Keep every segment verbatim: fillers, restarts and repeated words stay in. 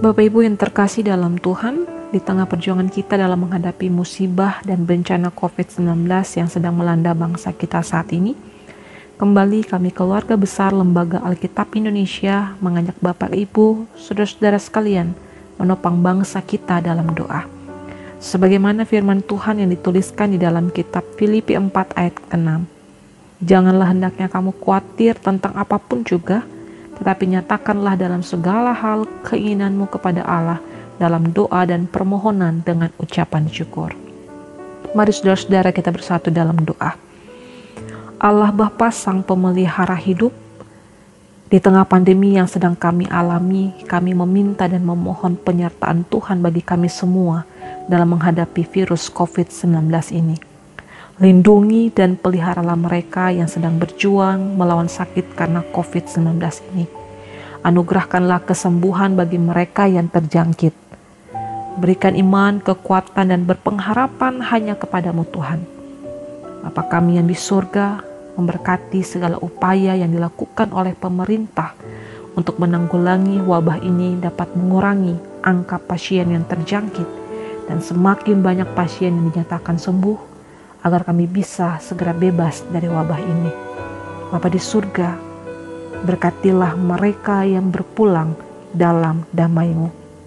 Bapak Ibu yang terkasih dalam Tuhan, di tengah perjuangan kita dalam menghadapi musibah dan bencana covid sembilan belas yang sedang melanda bangsa kita saat ini, kembali kami keluarga besar Lembaga Alkitab Indonesia mengajak Bapak Ibu, saudara-saudara sekalian, menopang bangsa kita dalam doa. Sebagaimana firman Tuhan yang dituliskan di dalam kitab Filipi empat ayat keenam. Janganlah hendaknya kamu khawatir tentang apapun juga, tetapi nyatakanlah dalam segala hal keinginanmu kepada Allah dalam doa dan permohonan dengan ucapan syukur. Mari saudara-saudara kita bersatu dalam doa. Allah Bapa Sang Pemelihara hidup, di tengah pandemi yang sedang kami alami, kami meminta dan memohon penyertaan Tuhan bagi kami semua dalam menghadapi virus covid sembilan belas ini. Lindungi dan peliharalah mereka yang sedang berjuang melawan sakit karena covid sembilan belas ini. Anugerahkanlah kesembuhan bagi mereka yang terjangkit. Berikan iman, kekuatan, dan berpengharapan hanya kepadamu Tuhan. Bapa kami yang di surga, memberkati segala upaya yang dilakukan oleh pemerintah untuk menanggulangi wabah ini dapat mengurangi angka pasien yang terjangkit dan semakin banyak pasien yang dinyatakan sembuh, agar kami bisa segera bebas dari wabah ini. Bapa di surga, berkatilah mereka yang berpulang dalam damai-Mu.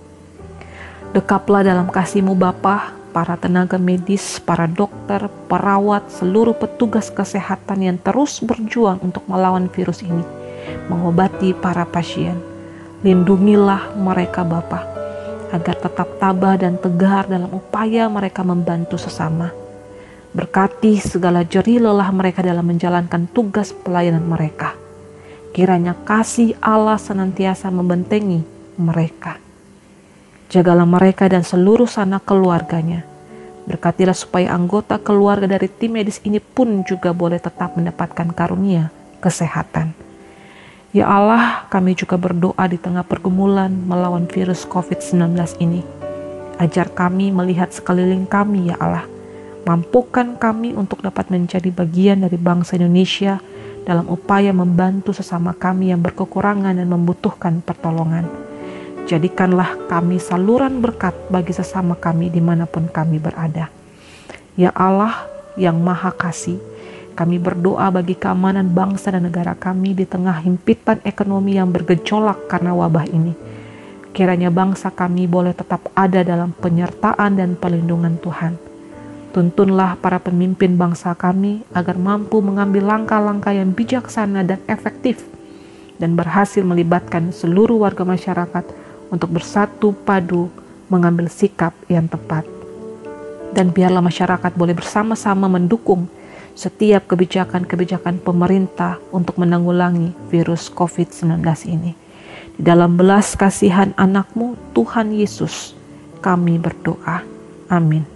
Dekaplah dalam kasih-Mu Bapa, para tenaga medis, para dokter, perawat, seluruh petugas kesehatan yang terus berjuang untuk melawan virus ini, mengobati para pasien. Lindungilah mereka Bapa, agar tetap tabah dan tegar dalam upaya mereka membantu sesama. Berkati segala jerih lelah mereka dalam menjalankan tugas pelayanan mereka. Kiranya kasih Allah senantiasa membentengi mereka. Jagalah mereka dan seluruh sanak keluarganya. Berkatilah supaya anggota keluarga dari tim medis ini pun juga boleh tetap mendapatkan karunia kesehatan. Ya Allah, kami juga berdoa di tengah pergumulan melawan virus covid sembilan belas ini. Ajar kami melihat sekeliling kami, ya Allah. Mampukan kami untuk dapat menjadi bagian dari bangsa Indonesia dalam upaya membantu sesama kami yang berkekurangan dan membutuhkan pertolongan. Jadikanlah kami saluran berkat bagi sesama kami dimanapun kami berada. Ya Allah yang Maha Kasih, kami berdoa bagi keamanan bangsa dan negara kami di tengah himpitan ekonomi yang bergejolak karena wabah ini. Kiranya bangsa kami boleh tetap ada dalam penyertaan dan perlindungan Tuhan. Tuntunlah para pemimpin bangsa kami agar mampu mengambil langkah-langkah yang bijaksana dan efektif dan berhasil melibatkan seluruh warga masyarakat untuk bersatu padu mengambil sikap yang tepat. Dan biarlah masyarakat boleh bersama-sama mendukung setiap kebijakan-kebijakan pemerintah untuk menanggulangi virus covid sembilan belas ini. Di dalam belas kasihan anak-Mu, Tuhan Yesus, kami berdoa. Amin.